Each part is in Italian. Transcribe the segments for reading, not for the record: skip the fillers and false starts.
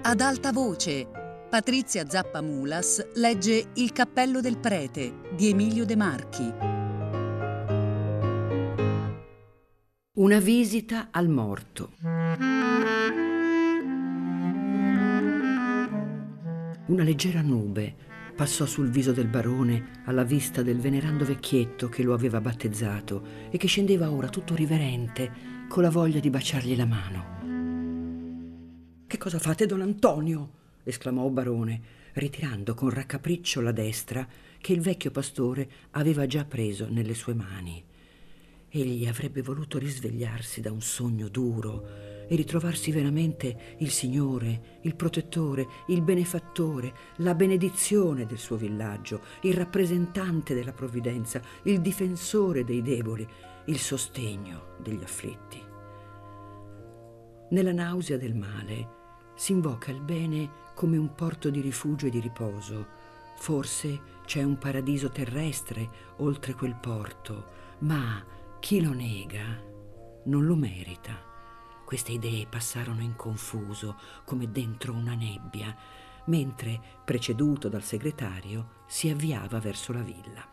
Ad alta voce, Patrizia Zappamulas legge Il cappello del prete di Emilio De Marchi. Una visita al morto. Una leggera nube passò sul viso del barone alla vista del venerando vecchietto che lo aveva battezzato e che scendeva ora tutto riverente con la voglia di baciargli la mano. «Che cosa fate, don Antonio?» esclamò barone, ritirando con raccapriccio la destra che il vecchio pastore aveva già preso nelle sue mani. Egli avrebbe voluto risvegliarsi da un sogno duro e ritrovarsi veramente il Signore, il protettore, il benefattore, la benedizione del suo villaggio, il rappresentante della provvidenza, il difensore dei deboli, il sostegno degli afflitti. Nella nausea del male si invoca il bene come un porto di rifugio e di riposo. Forse c'è un paradiso terrestre oltre quel porto, ma chi lo nega non lo merita. Queste idee passarono in confuso, come dentro una nebbia, mentre, preceduto dal segretario, si avviava verso la villa.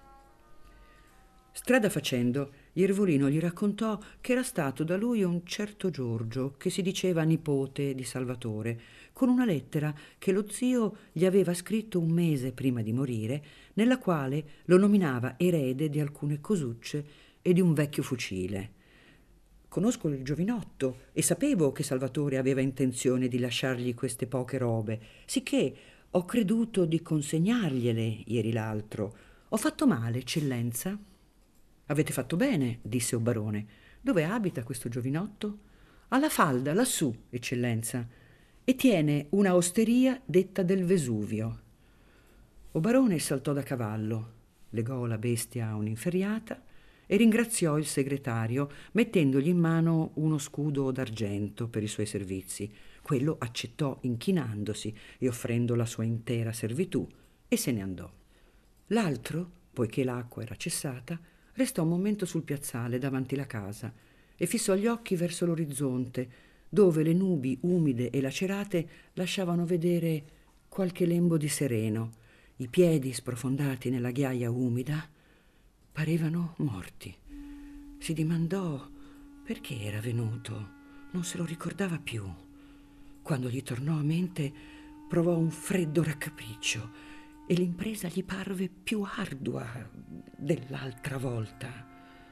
Strada facendo, Iervolino gli raccontò che era stato da lui un certo Giorgio, che si diceva nipote di Salvatore, con una lettera che lo zio gli aveva scritto un mese prima di morire, nella quale lo nominava erede di alcune cosucce e di un vecchio fucile. «Conosco il giovinotto e sapevo che Salvatore aveva intenzione di lasciargli queste poche robe, sicché ho creduto di consegnargliele ieri l'altro. Ho fatto male, eccellenza?» «Avete fatto bene», disse il barone. «Dove abita questo giovinotto?» «Alla falda, lassù, eccellenza, e tiene una osteria detta del Vesuvio». O barone saltò da cavallo, legò la bestia a un'inferriata e ringraziò il segretario, mettendogli in mano uno scudo d'argento per i suoi servizi. Quello accettò inchinandosi e offrendo la sua intera servitù, e se ne andò. L'altro, poiché l'acqua era cessata, restò un momento sul piazzale davanti la casa e fissò gli occhi verso l'orizzonte, dove le nubi umide e lacerate lasciavano vedere qualche lembo di sereno. I piedi sprofondati nella ghiaia umida parevano morti. Si dimandò perché era venuto, non se lo ricordava più. Quando gli tornò a mente, provò un freddo raccapriccio e l'impresa gli parve più ardua dell'altra volta.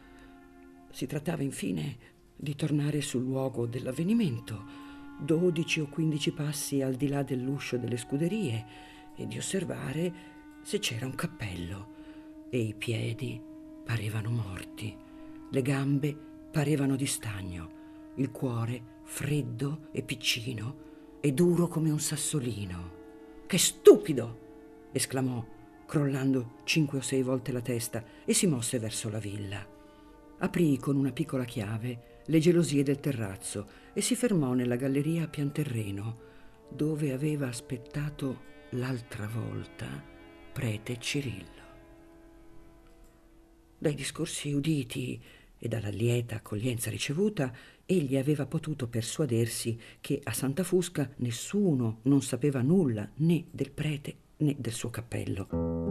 Si trattava infine di tornare sul luogo dell'avvenimento, 12 o 15 passi al di là dell'uscio delle scuderie, e di osservare se c'era un cappello. E i piedi parevano morti, le gambe parevano di stagno, il cuore freddo e piccino e duro come un sassolino. «Che stupido!» esclamò, crollando 5 o 6 volte la testa, e si mosse verso la villa. Aprì con una piccola chiave le gelosie del terrazzo e si fermò nella galleria a pianterreno, dove aveva aspettato l'altra volta prete Cirillo. Dai discorsi uditi e dalla lieta accoglienza ricevuta, egli aveva potuto persuadersi che a Santa Fusca nessuno non sapeva nulla né del prete né del suo cappello.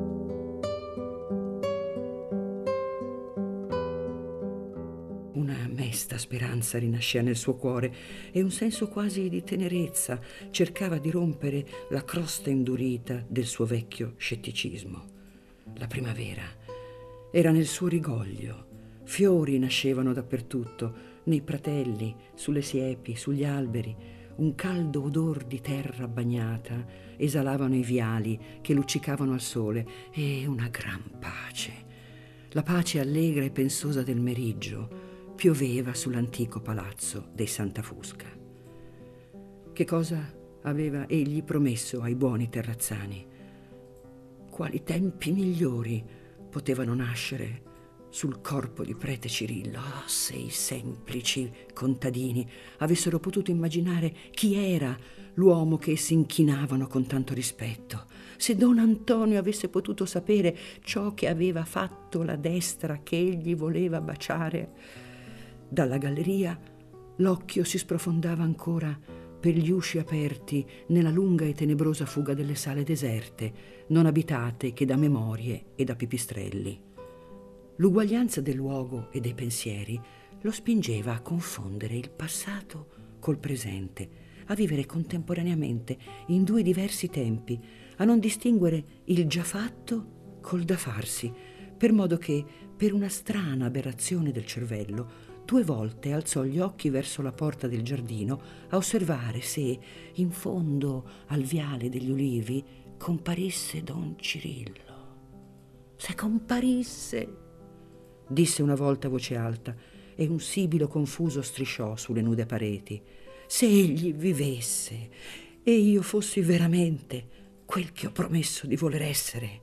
Una mesta speranza rinasceva nel suo cuore e un senso quasi di tenerezza cercava di rompere la crosta indurita del suo vecchio scetticismo. La primavera era nel suo rigoglio. Fiori nascevano dappertutto, nei pratelli, sulle siepi, sugli alberi. Un caldo odor di terra bagnata esalavano i viali che luccicavano al sole, e una gran pace. La pace allegra e pensosa del meriggio pioveva sull'antico palazzo dei Santa Fusca. Che cosa aveva egli promesso ai buoni terrazzani? Quali tempi migliori potevano nascere sul corpo di prete Cirillo? Oh, se i semplici contadini avessero potuto immaginare chi era l'uomo che essi inchinavano con tanto rispetto, se don Antonio avesse potuto sapere ciò che aveva fatto la destra che egli voleva baciare. Dalla galleria l'occhio si sprofondava ancora per gli usci aperti nella lunga e tenebrosa fuga delle sale deserte, non abitate che da memorie e da pipistrelli. L'uguaglianza del luogo e dei pensieri lo spingeva a confondere il passato col presente, a vivere contemporaneamente in due diversi tempi, a non distinguere il già fatto col da farsi, per modo che, per una strana aberrazione del cervello, 2 volte alzò gli occhi verso la porta del giardino a osservare se, in fondo al viale degli ulivi, comparisse don Cirillo. Se comparisse, disse una volta a voce alta, e un sibilo confuso strisciò sulle nude pareti. Se egli vivesse e io fossi veramente quel che ho promesso di voler essere.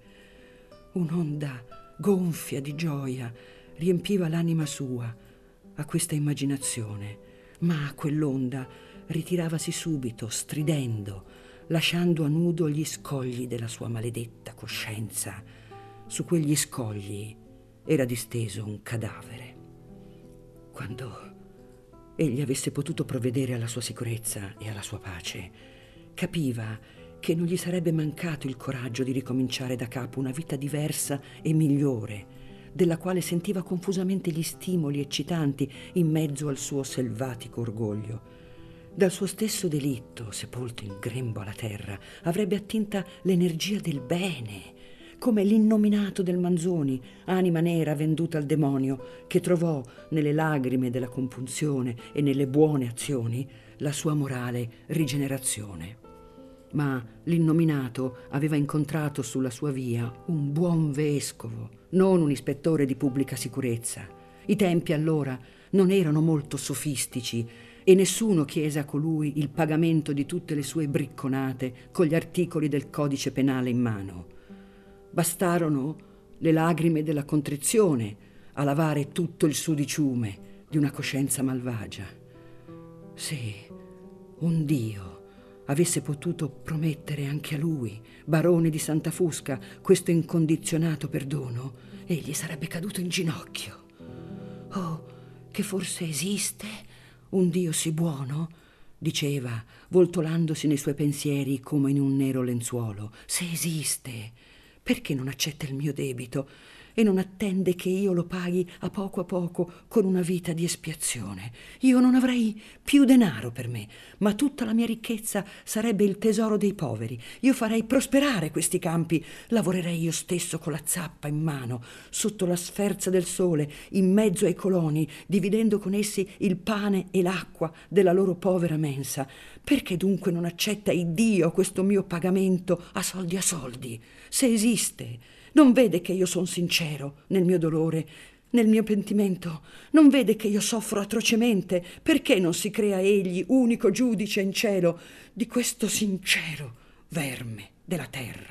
Un'onda gonfia di gioia riempiva l'anima sua a questa immaginazione, ma quell'onda ritiravasi subito, stridendo, lasciando a nudo gli scogli della sua maledetta coscienza. Su quegli scogli era disteso un cadavere. Quando egli avesse potuto provvedere alla sua sicurezza e alla sua pace, capiva che non gli sarebbe mancato il coraggio di ricominciare da capo una vita diversa e migliore, della quale sentiva confusamente gli stimoli eccitanti in mezzo al suo selvatico orgoglio. Dal suo stesso delitto, sepolto in grembo alla terra, avrebbe attinta l'energia del bene, come l'innominato del Manzoni, anima nera venduta al demonio, che trovò nelle lagrime della compunzione e nelle buone azioni la sua morale rigenerazione. Ma l'innominato aveva incontrato sulla sua via un buon vescovo, non un ispettore di pubblica sicurezza. I tempi allora non erano molto sofistici e nessuno chiese a colui il pagamento di tutte le sue bricconate con gli articoli del codice penale in mano. Bastarono le lagrime della contrizione a lavare tutto il sudiciume di una coscienza malvagia. Se un Dio avesse potuto promettere anche a lui, barone di Santa Fusca, questo incondizionato perdono, egli sarebbe caduto in ginocchio. Oh, che forse esiste un Dio sì buono? Diceva, voltolandosi nei suoi pensieri come in un nero lenzuolo. Se esiste, perché non accetta il mio debito e non attende che io lo paghi a poco con una vita di espiazione? Io non avrei più denaro per me, ma tutta la mia ricchezza sarebbe il tesoro dei poveri. Io farei prosperare questi campi, lavorerei io stesso con la zappa in mano, sotto la sferza del sole, in mezzo ai coloni, dividendo con essi il pane e l'acqua della loro povera mensa. Perché dunque non accetta Iddio questo mio pagamento a soldi? Se esiste, non vede che io son sincero nel mio dolore, nel mio pentimento? Non vede che io soffro atrocemente? Perché non si crea egli unico giudice in cielo di questo sincero verme della terra?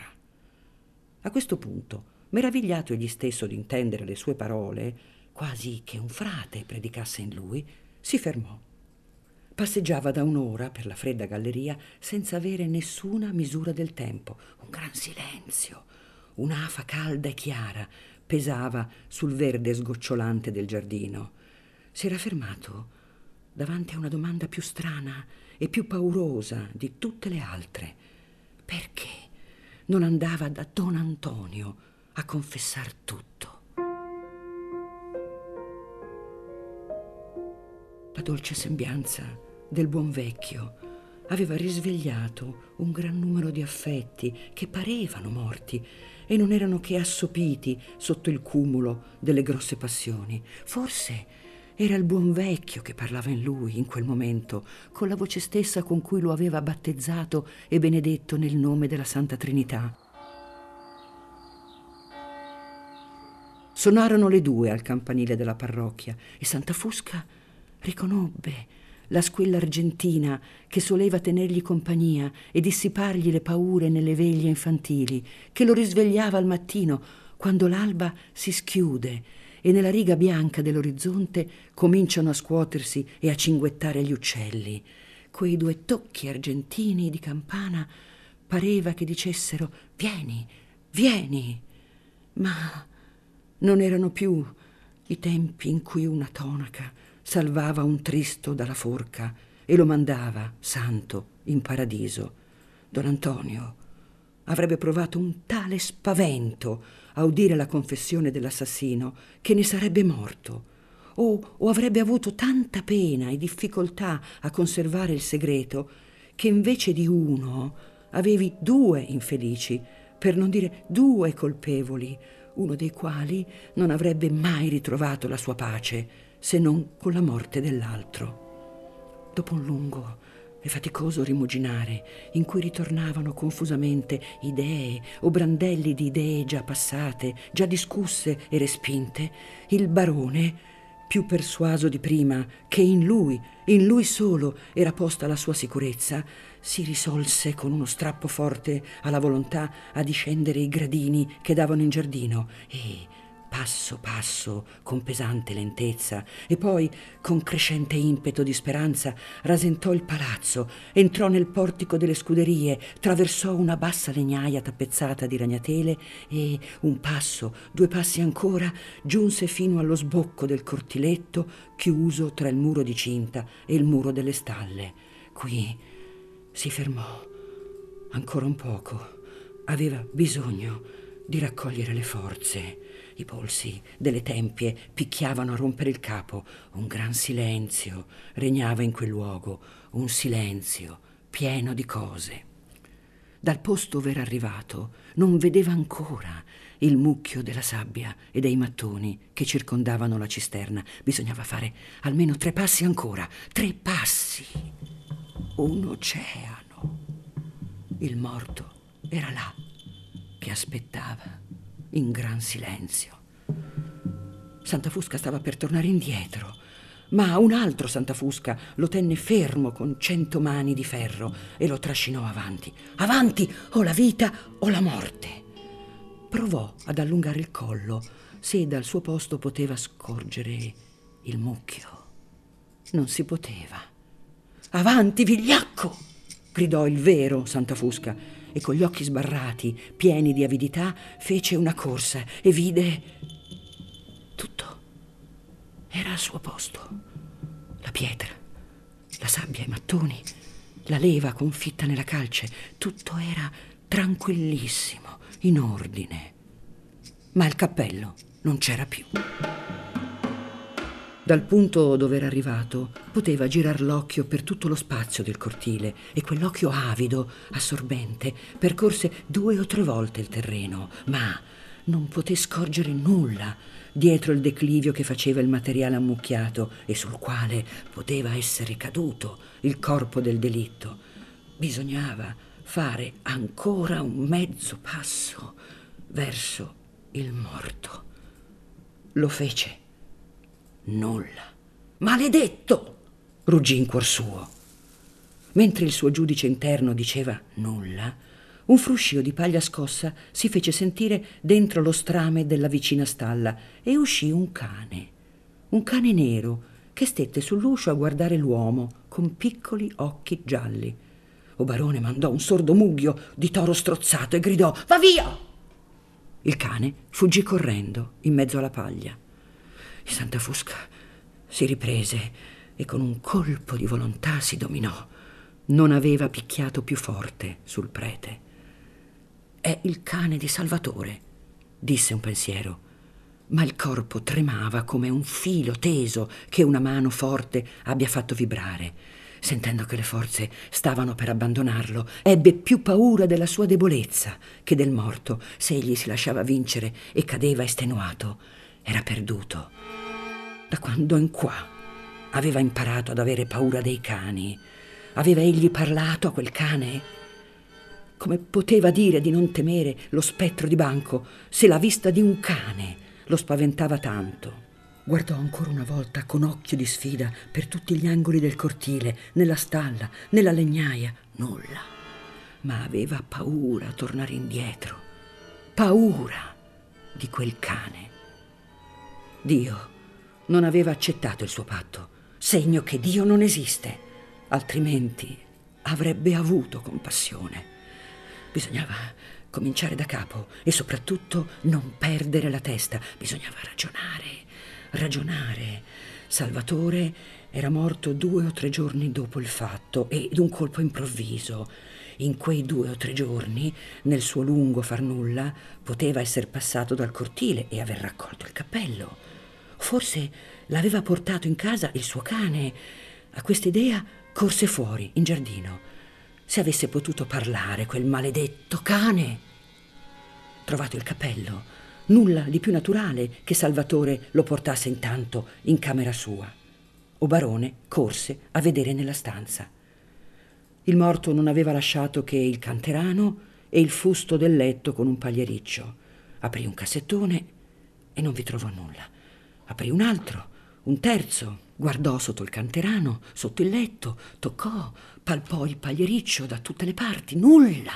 A questo punto, meravigliato egli stesso di intendere le sue parole, quasi che un frate predicasse in lui, si fermò. Passeggiava da un'ora per la fredda galleria senza avere nessuna misura del tempo. Un gran silenzio, un'afa calda e chiara pesava sul verde sgocciolante del giardino. Si era fermato davanti a una domanda più strana e più paurosa di tutte le altre. Perché non andava da Don Antonio a confessar tutto? La dolce sembianza del buon vecchio aveva risvegliato un gran numero di affetti che parevano morti e non erano che assopiti sotto il cumulo delle grosse passioni. Forse era il buon vecchio che parlava in lui in quel momento, con la voce stessa con cui lo aveva battezzato e benedetto nel nome della Santa Trinità. Suonarono le 2 al campanile della parrocchia e Santa Fusca riconobbe la squilla argentina che soleva tenergli compagnia e dissipargli le paure nelle veglie infantili, che lo risvegliava al mattino quando l'alba si schiude e nella riga bianca dell'orizzonte cominciano a scuotersi e a cinguettare gli uccelli. Quei 2 tocchi argentini di campana pareva che dicessero «Vieni, vieni!» Ma non erano più i tempi in cui una tonaca salvava un tristo dalla forca e lo mandava, santo, in paradiso. Don Antonio avrebbe provato un tale spavento a udire la confessione dell'assassino che ne sarebbe morto, o avrebbe avuto tanta pena e difficoltà a conservare il segreto che invece di uno avevi 2 infelici, per non dire 2 colpevoli, uno dei quali non avrebbe mai ritrovato la sua pace se non con la morte dell'altro. Dopo un lungo e faticoso rimuginare in cui ritornavano confusamente idee o brandelli di idee già passate, già discusse e respinte, il barone, più persuaso di prima che in lui solo era posta la sua sicurezza, si risolse con uno strappo forte alla volontà a discendere i gradini che davano in giardino e, passo passo, con pesante lentezza e poi con crescente impeto di speranza, rasentò il palazzo, entrò nel portico delle scuderie, traversò una bassa legnaia tappezzata di ragnatele e, un passo, 2 passi ancora, giunse fino allo sbocco del cortiletto chiuso tra il muro di cinta e il muro delle stalle. Qui si fermò ancora un poco. Aveva bisogno di raccogliere le forze. I polsi delle tempie picchiavano a rompere il capo. Un gran silenzio regnava in quel luogo, un silenzio pieno di cose. Dal posto ove era arrivato non vedeva ancora il mucchio della sabbia e dei mattoni che circondavano la cisterna. Bisognava fare almeno 3 passi ancora. 3 passi. Un oceano. Il morto era là, che aspettava in gran silenzio. Santa Fusca stava per tornare indietro, ma un altro Santa Fusca lo tenne fermo con 100 mani di ferro e lo trascinò avanti. Avanti, o la vita o la morte. Provò ad allungare il collo, se dal suo posto poteva scorgere il mucchio. Non si poteva. Avanti, vigliacco! Gridò il vero Santa Fusca e con gli occhi sbarrati, pieni di avidità, fece una corsa e vide tutto. Era al suo posto. La pietra, la sabbia, i mattoni, la leva confitta nella calce, tutto era tranquillissimo, in ordine. Ma il cappello non c'era più. Dal punto dove era arrivato poteva girar l'occhio per tutto lo spazio del cortile e quell'occhio avido, assorbente, percorse 2 o 3 volte il terreno, ma non poté scorgere nulla dietro il declivio che faceva il materiale ammucchiato e sul quale poteva essere caduto il corpo del delitto. Bisognava fare ancora un mezzo passo verso il morto. Lo fece. Nulla. Maledetto! Ruggì in cuor suo. Mentre il suo giudice interno diceva nulla, un fruscio di paglia scossa si fece sentire dentro lo strame della vicina stalla e uscì un cane nero che stette sull'uscio a guardare l'uomo con piccoli occhi gialli. O barone mandò un sordo mughio di toro strozzato e gridò: «Va via!» Il cane fuggì correndo in mezzo alla paglia. Santa Fusca si riprese e con un colpo di volontà si dominò. Non aveva picchiato più forte sul prete. «È il cane di Salvatore», disse un pensiero, ma il corpo tremava come un filo teso che una mano forte abbia fatto vibrare. Sentendo che le forze stavano per abbandonarlo, ebbe più paura della sua debolezza che del morto. Se egli si lasciava vincere e cadeva estenuato, era perduto. Da quando in qua aveva imparato ad avere paura dei cani? Aveva egli parlato a quel cane? Come poteva dire di non temere lo spettro di Banco se la vista di un cane lo spaventava tanto? Guardò ancora una volta con occhio di sfida per tutti gli angoli del cortile, nella stalla, nella legnaia. Nulla. Ma aveva paura a tornare indietro. Paura di quel cane. Dio non aveva accettato il suo patto, segno che Dio non esiste, altrimenti avrebbe avuto compassione. Bisognava cominciare da capo e soprattutto non perdere la testa. Bisognava ragionare. Salvatore era morto 2 o 3 giorni dopo il fatto e d'un colpo improvviso. In quei 2 o 3 giorni, nel suo lungo far nulla, poteva essere passato dal cortile e aver raccolto il cappello. Forse l'aveva portato in casa il suo cane. A quest'idea corse fuori, in giardino. Se avesse potuto parlare, quel maledetto cane! Trovato il cappello, nulla di più naturale che Salvatore lo portasse intanto in camera sua. O Barone corse a vedere nella stanza. Il morto non aveva lasciato che il canterano e il fusto del letto con un pagliericcio. Aprì un cassettone e non vi trovò nulla. Aprì un altro, un terzo, guardò sotto il canterano, sotto il letto, toccò, palpò il pagliericcio da tutte le parti, nulla.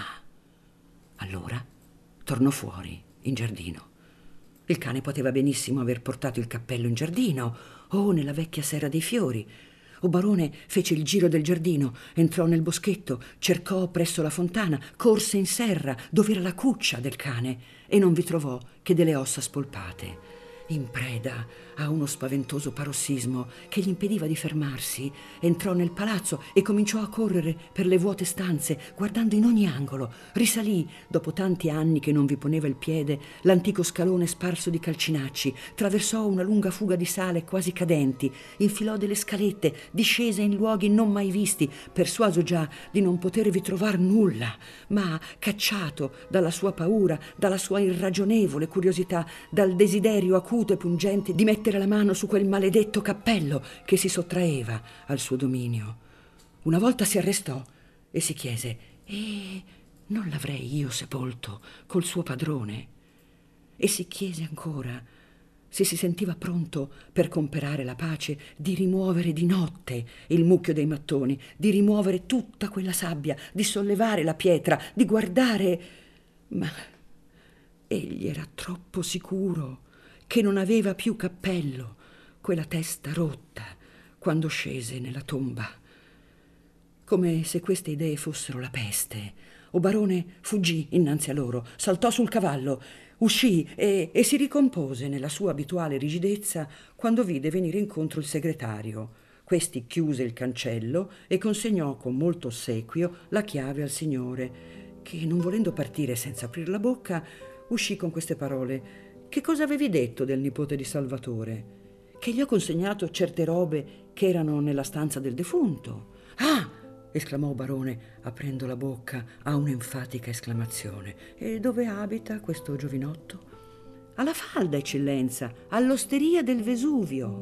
Allora tornò fuori, in giardino. Il cane poteva benissimo aver portato il cappello in giardino o nella vecchia serra dei fiori. O Barone fece il giro del giardino, entrò nel boschetto, cercò presso la fontana, corse in serra dove era la cuccia del cane e non vi trovò che delle ossa spolpate. In preda a uno spaventoso parossismo che gli impediva di fermarsi, entrò nel palazzo e cominciò a correre per le vuote stanze, guardando in ogni angolo. Risalì, dopo tanti anni che non vi poneva il piede, l'antico scalone sparso di calcinacci, traversò una lunga fuga di sale quasi cadenti, infilò delle scalette, discese in luoghi non mai visti, persuaso già di non potervi trovar nulla, ma cacciato dalla sua paura, dalla sua irragionevole curiosità, dal desiderio acuto e pungente di mettere la mano su quel maledetto cappello che si sottraeva al suo dominio. Una volta si arrestò e si chiese: e non l'avrei io sepolto col suo padrone? E si chiese ancora se si sentiva pronto per comperare la pace di rimuovere di notte il mucchio dei mattoni, di rimuovere tutta quella sabbia, di sollevare la pietra, di guardare. Ma egli era troppo sicuro che non aveva più cappello, quella testa rotta, quando scese nella tomba. Come se queste idee fossero la peste, o Barone fuggì innanzi a loro, saltò sul cavallo, uscì e si ricompose nella sua abituale rigidezza quando vide venire incontro il segretario. Questi chiuse il cancello e consegnò con molto ossequio la chiave al signore, che, non volendo partire senza aprir la bocca, uscì con queste parole: «Che cosa avevi detto del nipote di Salvatore? Che gli ho consegnato certe robe che erano nella stanza del defunto». «Ah!» esclamò Barone, aprendo la bocca a un'enfatica esclamazione. «E dove abita questo giovinotto?» «Alla falda, eccellenza, all'osteria del Vesuvio».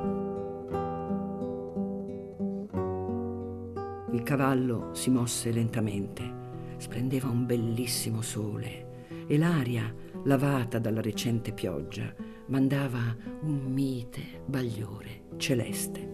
Il cavallo si mosse lentamente. Splendeva un bellissimo sole e l'aria, lavata dalla recente pioggia, mandava un mite bagliore celeste.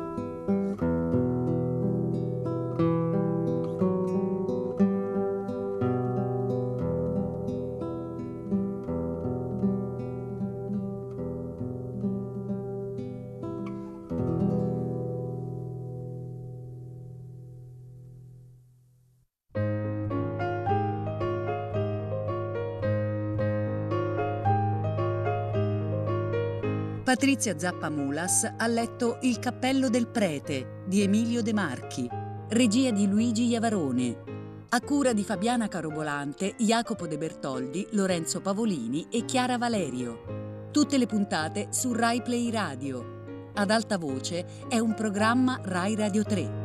Patrizia Zappamulas ha letto Il cappello del prete di Emilio De Marchi, regia di Luigi Iavarone, a cura di Fabiana Carobolante, Jacopo De Bertoldi, Lorenzo Pavolini e Chiara Valerio. Tutte le puntate su Rai Play Radio. Ad alta voce è un programma Rai Radio 3.